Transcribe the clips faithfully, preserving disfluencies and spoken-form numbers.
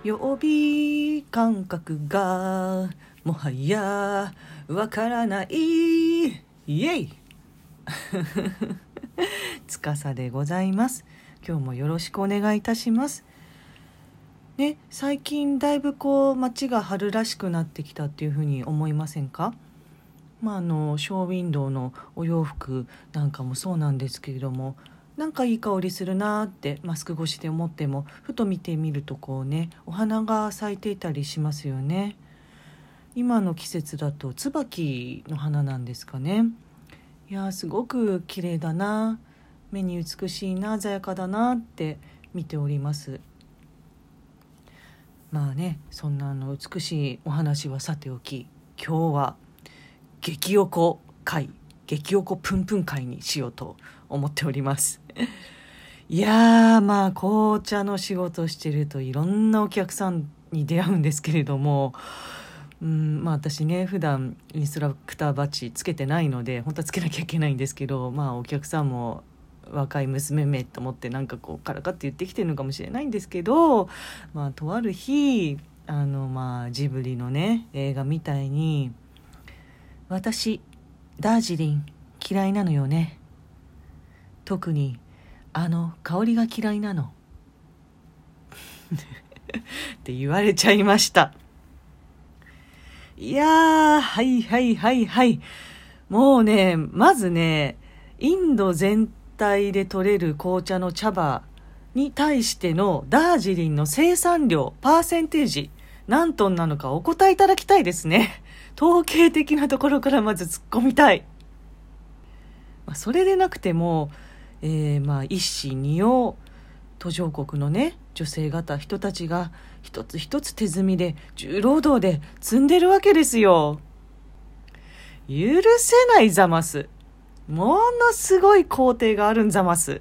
曜日感覚がもはやわからないイエイつかさでございます。今日もよろしくお願いいたしますね。最近だいぶこう街が春らしくなってきたっていうふうに思いませんか？まああのショーウィンドウのお洋服なんかもそうなんですけれども、なんかいい香りするなってマスク越しで思っても、ふと見てみるとこうね、お花が咲いていたりしますよね。今の季節だと椿の花なんですかね。いやすごく綺麗だな、目に美しいな、鮮やかだなって見ております。まあね、そんなあの美しいお話はさておき、今日は激おこ会激おこぷんぷん会にしようと思っておりますいやーまあ紅茶の仕事してるといろんなお客さんに出会うんですけれども、うんまあ私ね普段インストラクターバッジつけてないので本当はつけなきゃいけないんですけど、まあお客さんも若い娘めと思ってなんかこうカラカって言ってきてるのかもしれないんですけど、まあとある日あのまあジブリのね映画みたいに、私ダージリン嫌いなのよね、特にあの香りが嫌いなのって言われちゃいました。いやーはいはいはいはい、もうねまずねインド全体で取れる紅茶の茶葉に対してのダージリンの生産量パーセンテージ何トンなのかお答えいただきたいですね。統計的なところからまず突っ込みたい。まあ、それでなくても、えー、まあ一子二葉途上国のね女性方人たちが一つ一つ手摘みで重労働で摘んでるわけですよ。許せないざます。ものすごい工程があるんざます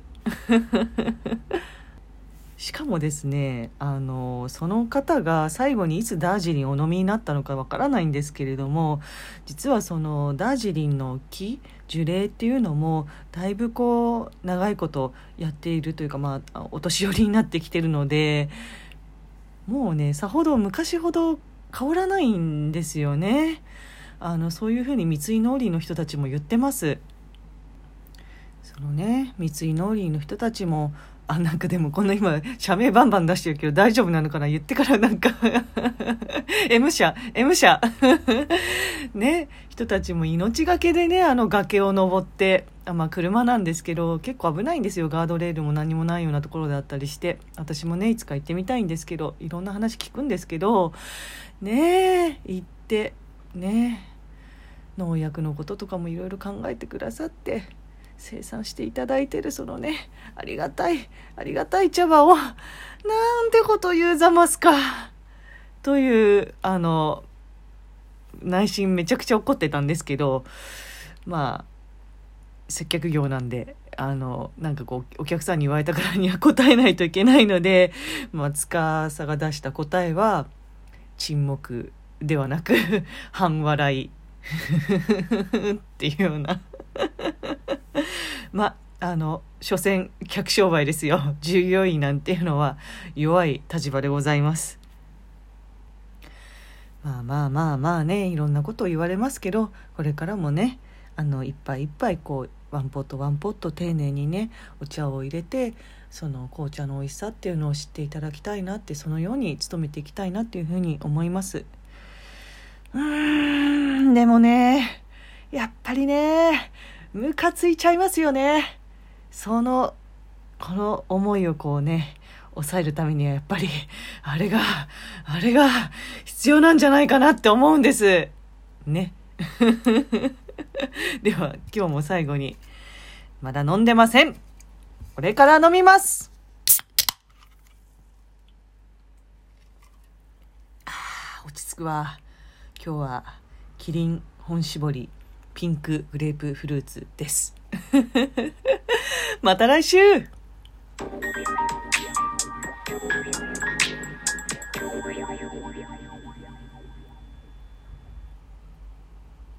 しかもですね、あのその方が最後にいつダージリンをお飲みになったのかわからないんですけれども、実はそのダージリンの木樹齢っていうのもだいぶこう長いことやっているというか、まあお年寄りになってきてるので、もうねさほど昔ほど変わらないんですよね。あのそういうふうに三井農林の人たちも言ってます。そのね三井農林の人たちもあなんかでもこの今社名バンバン出してるけど大丈夫なのかな、言ってからなんかM 社 M 社ね人たちも命がけでねあの崖を登ってあ、まあ、車なんですけど結構危ないんですよ。ガードレールも何もないようなところだったりして、私もねいつか行ってみたいんですけど、いろんな話聞くんですけどね行ってね農薬のこととかもいろいろ考えてくださって生産していただいてるそのねありがたいありがたい茶葉をなんてこと言うざますかというあの内心めちゃくちゃ怒ってたんですけど、まあ接客業なんであのなんかこうお客さんに言われたからには答えないといけないので、まあ司が出した答えは沈黙ではなく半笑いっていうようなまあの所詮客商売ですよ。従業員なんていうのは弱い立場でございます。まあまあまあまあねいろんなことを言われますけど、これからもねあの一杯一杯こうワンポットワンポット丁寧にねお茶を入れてその紅茶の美味しさっていうのを知っていただきたいなって、そのように努めていきたいなっていうふうに思います。うーんでもねやっぱりねムカついちゃいますよね。そのこの思いをこうね抑えるためにはやっぱりあれがあれが必要なんじゃないかなって思うんですねでは今日も最後に、まだ飲んでません、これから飲みます。あー落ち着くわ。今日はキリン本搾りピンクグレープフルーツですまた来週。